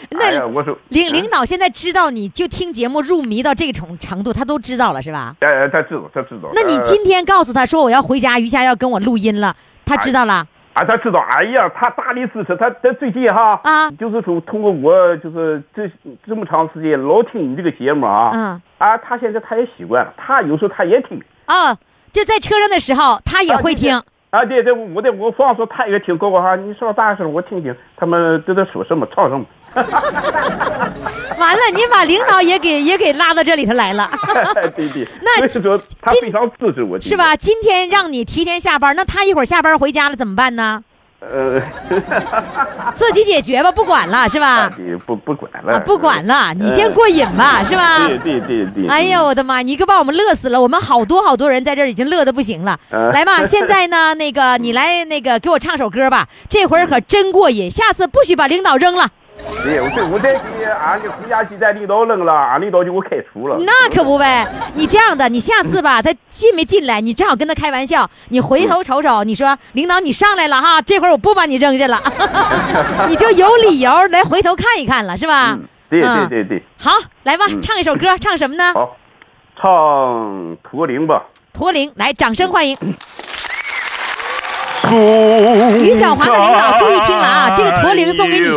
那、 哎呀、我说领领导现在知道你就听节目入迷到这种程度，他都知道了是吧？ 哎，他知道，他知道。 那你今天告诉他说我要回家，余霞要跟我录音了，他知道了。 啊，他知道，哎呀，他大力支持，他他最近哈啊，就是说通过我就是这这么长时间老听你这个节目啊，嗯啊，他现在他也习惯了，他有时候他也听啊，就在车上的时候他也会听啊，对对，我在我放说他也听，哥哥哈，你说大声我听听，他们都在说什么唱什么。 完了，你把领导也给也给拉到这里头来了。 对对， 那所以说他非常支持我， 是吧？今天让你提前下班，那他一会儿下班回家了怎么办呢？呃，自己解决吧，不管了，是吧？ 不不管了、啊， 不管了，你先过瘾吧，呃、是吧？ 对对对对。 哎呀，我的妈！你可把我们乐死了，我们好多好多人在这儿已经乐得不行了。呃、来吧，现在呢，那个你来那个给我唱首歌吧，这会儿可真过瘾，下次不许把领导扔了。 对，我这我再给俺这回家去在领导扔了，俺领导就给我开除了。 那可不呗！你这样的，你下次吧，他进没进来，你正好跟他开玩笑，你回头瞅瞅，你说领导你上来了哈，这会儿我不把你扔下了，你就有理由来回头看一看了，是吧？ 嗯、对对对对。 好，来吧，唱一首歌，唱什么呢？ 好，唱驼铃吧。 驼铃，来，掌声欢迎。 于小华的领导注意听了啊，这个驼铃送给你。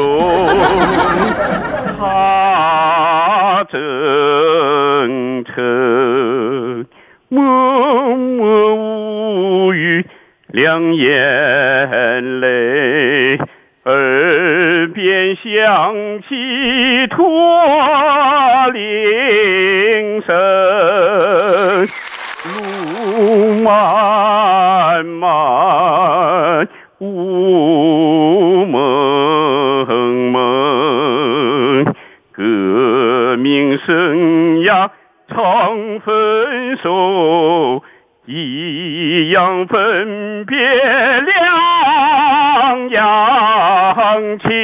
他征程默默无语，两眼泪，耳边响起驼铃声，路漫漫雾蒙蒙，革命生涯常分手，一样分别两样情，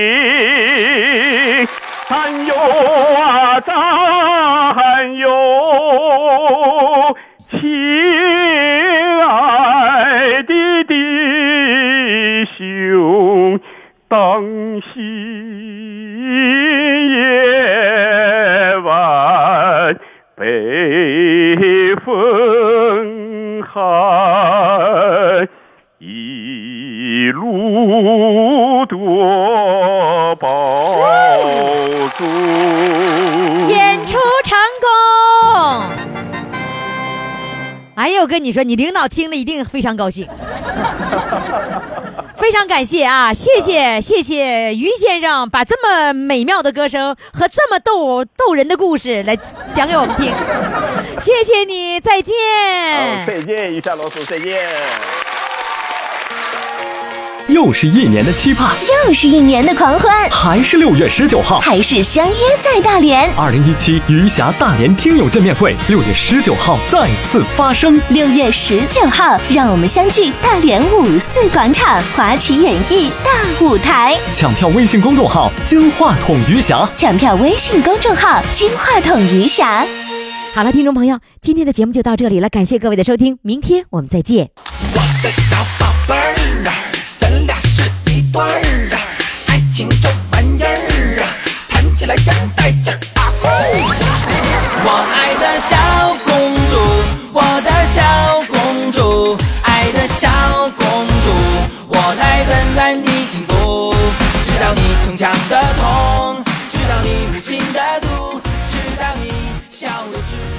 战友啊战友，亲爱的弟兄，当夕夜晚北风寒，一路多保重。 演出成功！哎呀，我跟你说，你领导听了一定非常高兴。非常感谢啊，谢谢谢谢于先生把这么美妙的歌声和这么逗逗人的故事来讲给我们听，谢谢你，再见。 好，再见，于霞老师，再见。 又是一年的期盼， 又是一年的狂欢， 还是六月十九号， 还是相约在大连。 二零一七余霞大连听友见面会，六月十九号再次发生。 六月十九号，让我们相聚大连五四广场华旗演艺大舞台。 抢票微信公众号金话筒余霞， 抢票微信公众号金话筒余霞。 好了，听众朋友，今天的节目就到这里了，感谢各位的收听，明天我们再见。 我的小宝贝儿啊，咱俩是一对儿啊，爱情这玩意儿啊，谈起来真带劲儿啊！我爱的小公主，我的小公主，爱的小公主，我来温暖你幸福，知道你逞强的痛，知道你无情的毒，知道你笑容。